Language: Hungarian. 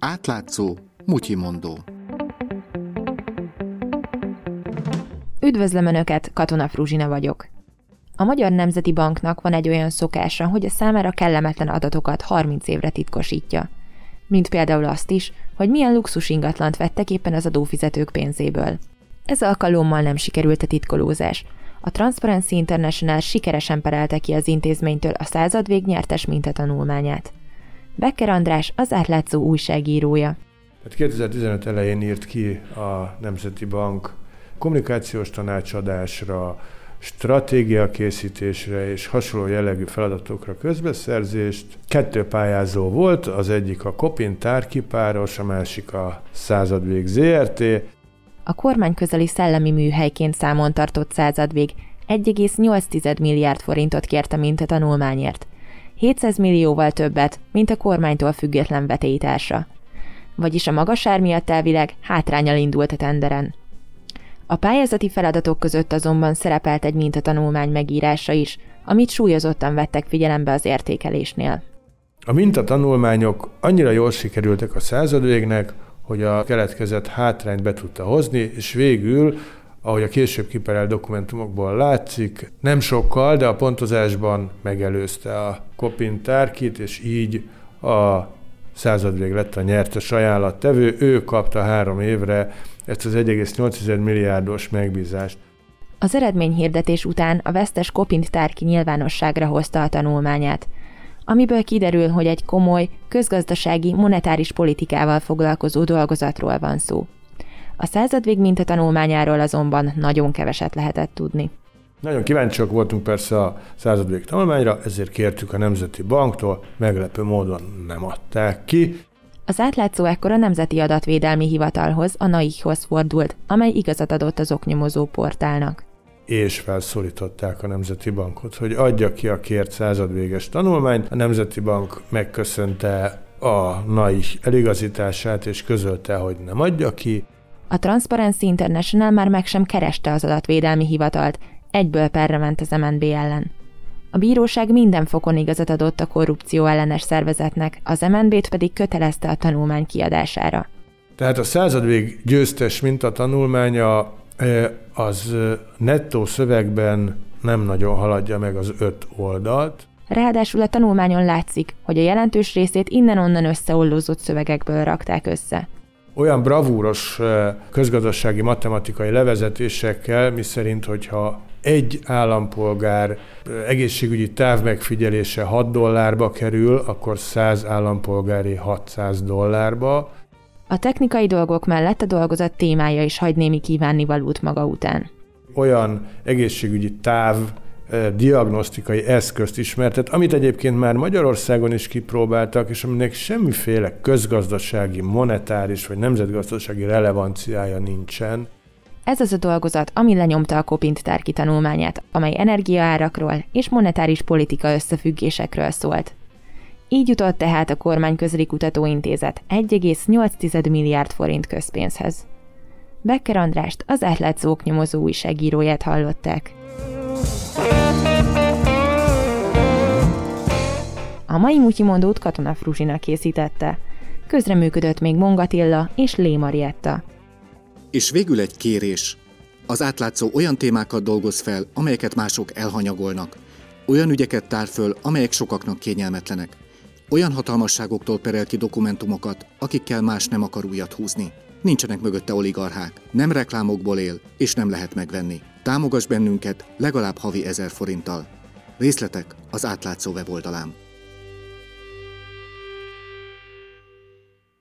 Átlátszó, mutyimondó. Üdvözlöm Önöket, Katona Fruzsina vagyok. A Magyar Nemzeti Banknak van egy olyan szokása, hogy a számára kellemetlen adatokat 30 évre titkosítja. Mint például azt is, hogy milyen luxus ingatlant vettek éppen az adófizetők pénzéből. Ez alkalommal nem sikerült a titkolózás. A Transparency International sikeresen perelte ki az intézménytől a századvég nyertes mintatanulmányát. Becker András az Átlátszó újságírója. 2015 elején írt ki a Nemzeti Bank kommunikációs tanácsadásra, stratégiakészítésre és hasonló jellegű feladatokra közbeszerzést. 2 pályázó volt, az egyik a Kopin tárkipáros, a másik a Századvég Zrt. A kormányközeli szellemi műhelyként számon tartott Századvég 1,8 milliárd forintot kért a mintatanulmányért. 700 millióval többet, mint a kormánytól független vetélytársa. Vagyis a magas ár miatt elvileg hátránnyal indult a tenderen. A pályázati feladatok között azonban szerepelt egy mintatanulmány megírása is, amit súlyozottan vettek figyelembe az értékelésnél. A mintatanulmányok annyira jól sikerültek a Századvégnek, hogy a keletkezett hátrányt be tudta hozni, és végül, ahogy a később kiperelt dokumentumokból látszik, nem sokkal, de a pontozásban megelőzte a Kopin tárkit, és így a Századvég lett a nyertes ajánlattevő, ő kapta 3 évre ezt az 1,8 milliárdos megbízást. Az eredményhirdetés után a vesztes Kopin tárki nyilvánosságra hozta a tanulmányát, amiből kiderül, hogy egy komoly, közgazdasági, monetáris politikával foglalkozó dolgozatról van szó. A Századvég mintatanulmányáról azonban nagyon keveset lehetett tudni. Nagyon kíváncsiak voltunk persze a Századvég tanulmányra, ezért kértük a Nemzeti Banktól, meglepő módon nem adták ki. Az Átlátszó ekkor a Nemzeti Adatvédelmi Hivatalhoz, a NAIH-hoz fordult, amely igazat adott az oknyomozó portálnak. És felszólították a Nemzeti Bankot, hogy adja ki a kért századvéges tanulmányt. A Nemzeti Bank megköszönte a NAIH eligazítását, és közölte, hogy nem adja ki. A Transparency International már meg sem kereste az adatvédelmi hivatalt, egyből perre ment az MNB ellen. A bíróság minden fokon igazat adott a korrupció ellenes szervezetnek, az MNB-t pedig kötelezte a tanulmány kiadására. Tehát a Századvég győztes mintatanulmánya az nettó szövegben nem nagyon haladja meg az 5 oldalt. Ráadásul a tanulmányon látszik, hogy a jelentős részét innen-onnan összeollózott szövegekből rakták össze. Olyan bravúros közgazdasági matematikai levezetésekkel, miszerint, hogyha egy állampolgár egészségügyi távmegfigyelése $6 kerül, akkor 100 állampolgári $600. A technikai dolgok mellett a dolgozat témája is hagy némi kívánnivalót maga után. Olyan egészségügyi diagnosztikai eszközt ismertet, amit egyébként már Magyarországon is kipróbáltak, és aminek semmiféle közgazdasági, monetáris vagy nemzetgazdasági relevanciája nincsen. Ez az a dolgozat, ami lenyomta a Kopin tárki tanulmányát, amely energiaárakról és monetáris politika összefüggésekről szólt. Így jutott tehát a Kormányközeli Kutatóintézet 1,8 milliárd forint közpénzhez. Becker Andrást, az Átlátszó oknyomozó újságíróját hallották. A mai mutyimondót Katona Fruzsina készítette. Közreműködött még Mong Attila és Lé Marietta. És végül egy kérés. Az Átlátszó olyan témákat dolgoz fel, amelyeket mások elhanyagolnak. Olyan ügyeket tár föl, amelyek sokaknak kényelmetlenek. Olyan hatalmasságoktól perel ki dokumentumokat, akikkel más nem akar újat húzni. Nincsenek mögötte oligarchák, nem reklámokból él, és nem lehet megvenni. Támogass bennünket legalább havi 1000 forinttal. Részletek az Átlátszó weboldalán.